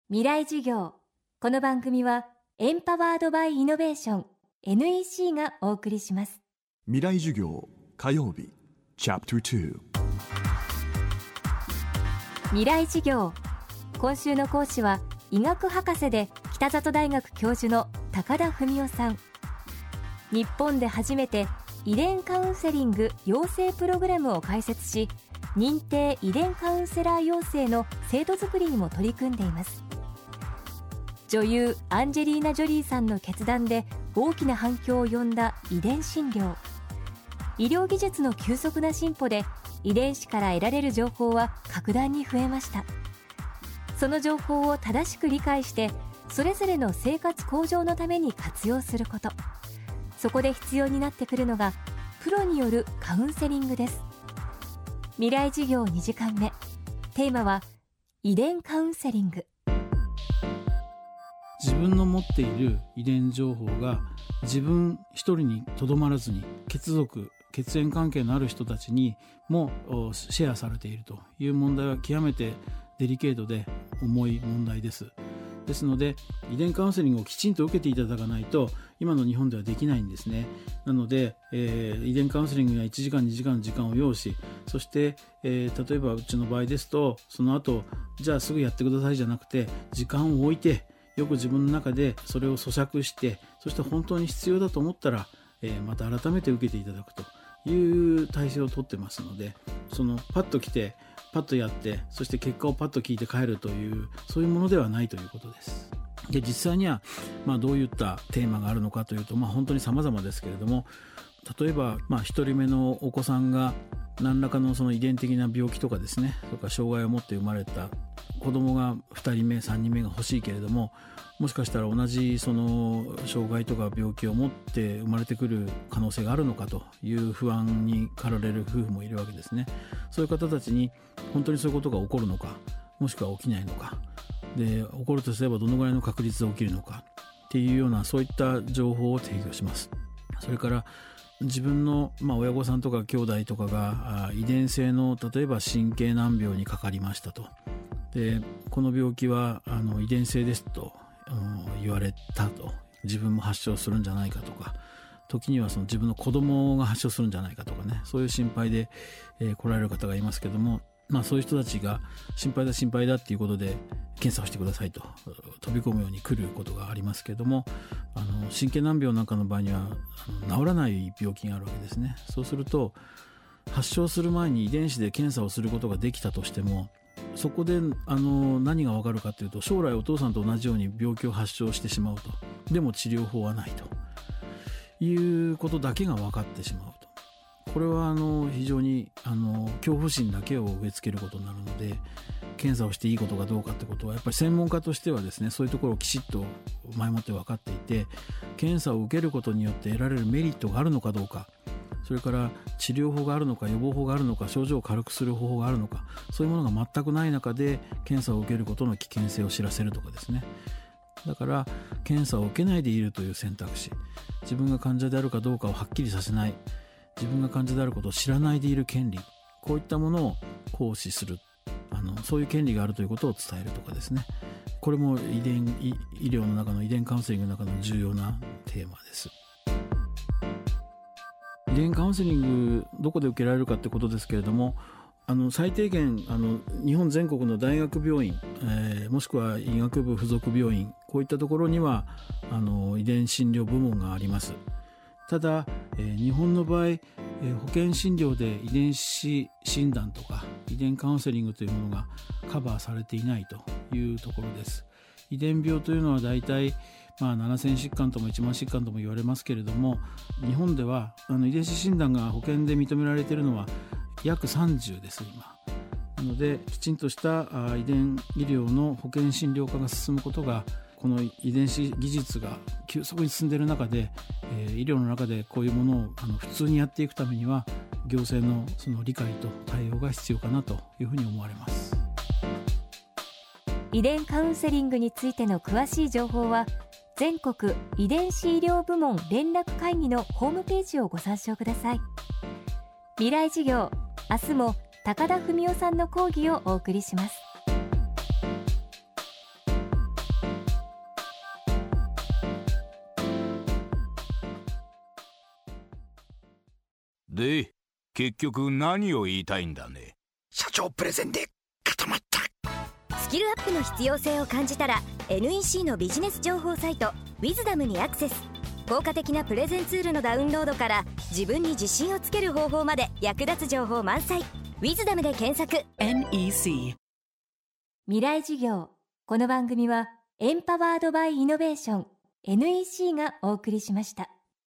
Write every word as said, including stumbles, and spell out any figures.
未来授業。この番組はエンパワードバイイノベーション エヌイーシー がお送りします。 未来授業火曜日チャプターに。 未来授業。今週の講師は医学博士で北里大学教授の高田文夫さん。日本で初めて遺伝カウンセリング養成プログラムを開設し、認定遺伝カウンセラー養成の制度作りにも取り組んでいます。女優アンジェリーナ・ジョリーさんの決断で大きな反響を呼んだ遺伝診療。医療技術の急速な進歩で遺伝子から得られる情報は格段に増えました。その情報を正しく理解してそれぞれの生活向上のために活用すること。そこで必要になってくるのがプロによるカウンセリングです。未来授業にじかんめ、テーマは遺伝カウンセリング。 自分の持っている遺伝情報が自分一人にとどまらずに血族血縁関係のある人たちにもシェアされているという問題は極めてデリケートで重い問題です。ですので遺伝カウンセリングをきちんと受けていただかないと今の日本ではできないんですね。なので、えー、遺伝カウンセリングにはいちじかんにじかんの時間を要し、そして、えー、例えばうちの場合ですとその後じゃあすぐやってくださいじゃなくて時間を置いてよく自分の中でそれを咀嚼して、そして本当に必要だと思ったら、えー、また改めて受けていただくという体制をとってますので、そのパッと来てパッとやってそして結果をパッと聞いて帰るというそういうものではないということです。で実際には、まあ、どういったテーマがあるのかというと、まあ、本当に様々ですけれども、例えば、まあ、ひとりめのお子さんが何らかのその遺伝的な病気とかですね、それから障害を持って生まれた子供がふたりめさんにんめが欲しいけれども、もしかしたら同じその障害とか病気を持って生まれてくる可能性があるのかという不安に駆られる夫婦もいるわけですね。そういう方たちに本当にそういうことが起こるのか、もしくは起きないのかで、起こるとすればどのぐらいの確率で起きるのかっていうようなそういった情報を提供します。それから自分の、まあ、親御さんとか兄弟とかが遺伝性の例えば神経難病にかかりましたと。でこの病気はあの遺伝性ですと、うん、言われたと、自分も発症するんじゃないかとか、時にはその自分の子供が発症するんじゃないかとかね、そういう心配で、えー、来られる方がいますけども、まあ、そういう人たちが心配だ心配だっていうことで検査をしてくださいと飛び込むように来ることがありますけども、あの神経難病なんかの場合にはあの治らない病気があるわけですね。そうすると発症する前に遺伝子で検査をすることができたとしても、そこであの何が分かるかというと、将来お父さんと同じように病気を発症してしまうと、でも治療法はないということだけが分かってしまうと、これはあの非常にあの恐怖心だけを植え付けることになるので、検査をしていいことかどうかってことはやっぱり専門家としてはですね、そういうところをきちっと前もって分かっていて、検査を受けることによって得られるメリットがあるのかどうか、それから治療法があるのか予防法があるのか症状を軽くする方法があるのか、そういうものが全くない中で検査を受けることの危険性を知らせるとかですね。だから検査を受けないでいるという選択肢、自分が患者であるかどうかをはっきりさせない、自分が患者であることを知らないでいる権利、こういったものを行使する、あのそういう権利があるということを伝えるとかですね。これも遺伝医療の中の遺伝カウンセリングの中の重要なテーマです。遺伝カウンセリングどこで受けられるかってことですけれども、あの最低限あの日本全国の大学病院、えー、もしくは医学部附属病院、こういったところにはあの遺伝診療部門があります。ただ、えー、日本の場合、えー、保険診療で遺伝子診断とか遺伝カウンセリングというものがカバーされていないというところです。遺伝病というのはだいたいまあ、ななせん疾患ともいちまん疾患とも言われますけれども、日本ではあの遺伝子診断が保険で認められているのは約さんじゅうです今。なのできちんとした遺伝医療の保険診療化が進むことが、この遺伝子技術が急速に進んでいる中で、えー、医療の中でこういうものをあの普通にやっていくためには行政のその理解と対応が必要かなというふうに思われます。 遺伝カウンセリングについての詳しい情報は全国遺伝子医療部門連絡会議のホームページをご参照ください。未来授業、明日も高田文夫さんの講義をお送りします。 で、結局何を言いたいんだね。 社長プレゼンで固まった。 スキルアップの必要性を感じたら エヌイーシー のビジネス情報サイト ウィズダム にアクセス。効果的なプレゼンツールのダウンロードから自分に自信をつける方法まで役立つ情報満載。 ウィズダム で検索。 エヌイーシー未来事業。この番組はエンパワードバイイノベーション エヌイーシー がお送りしました。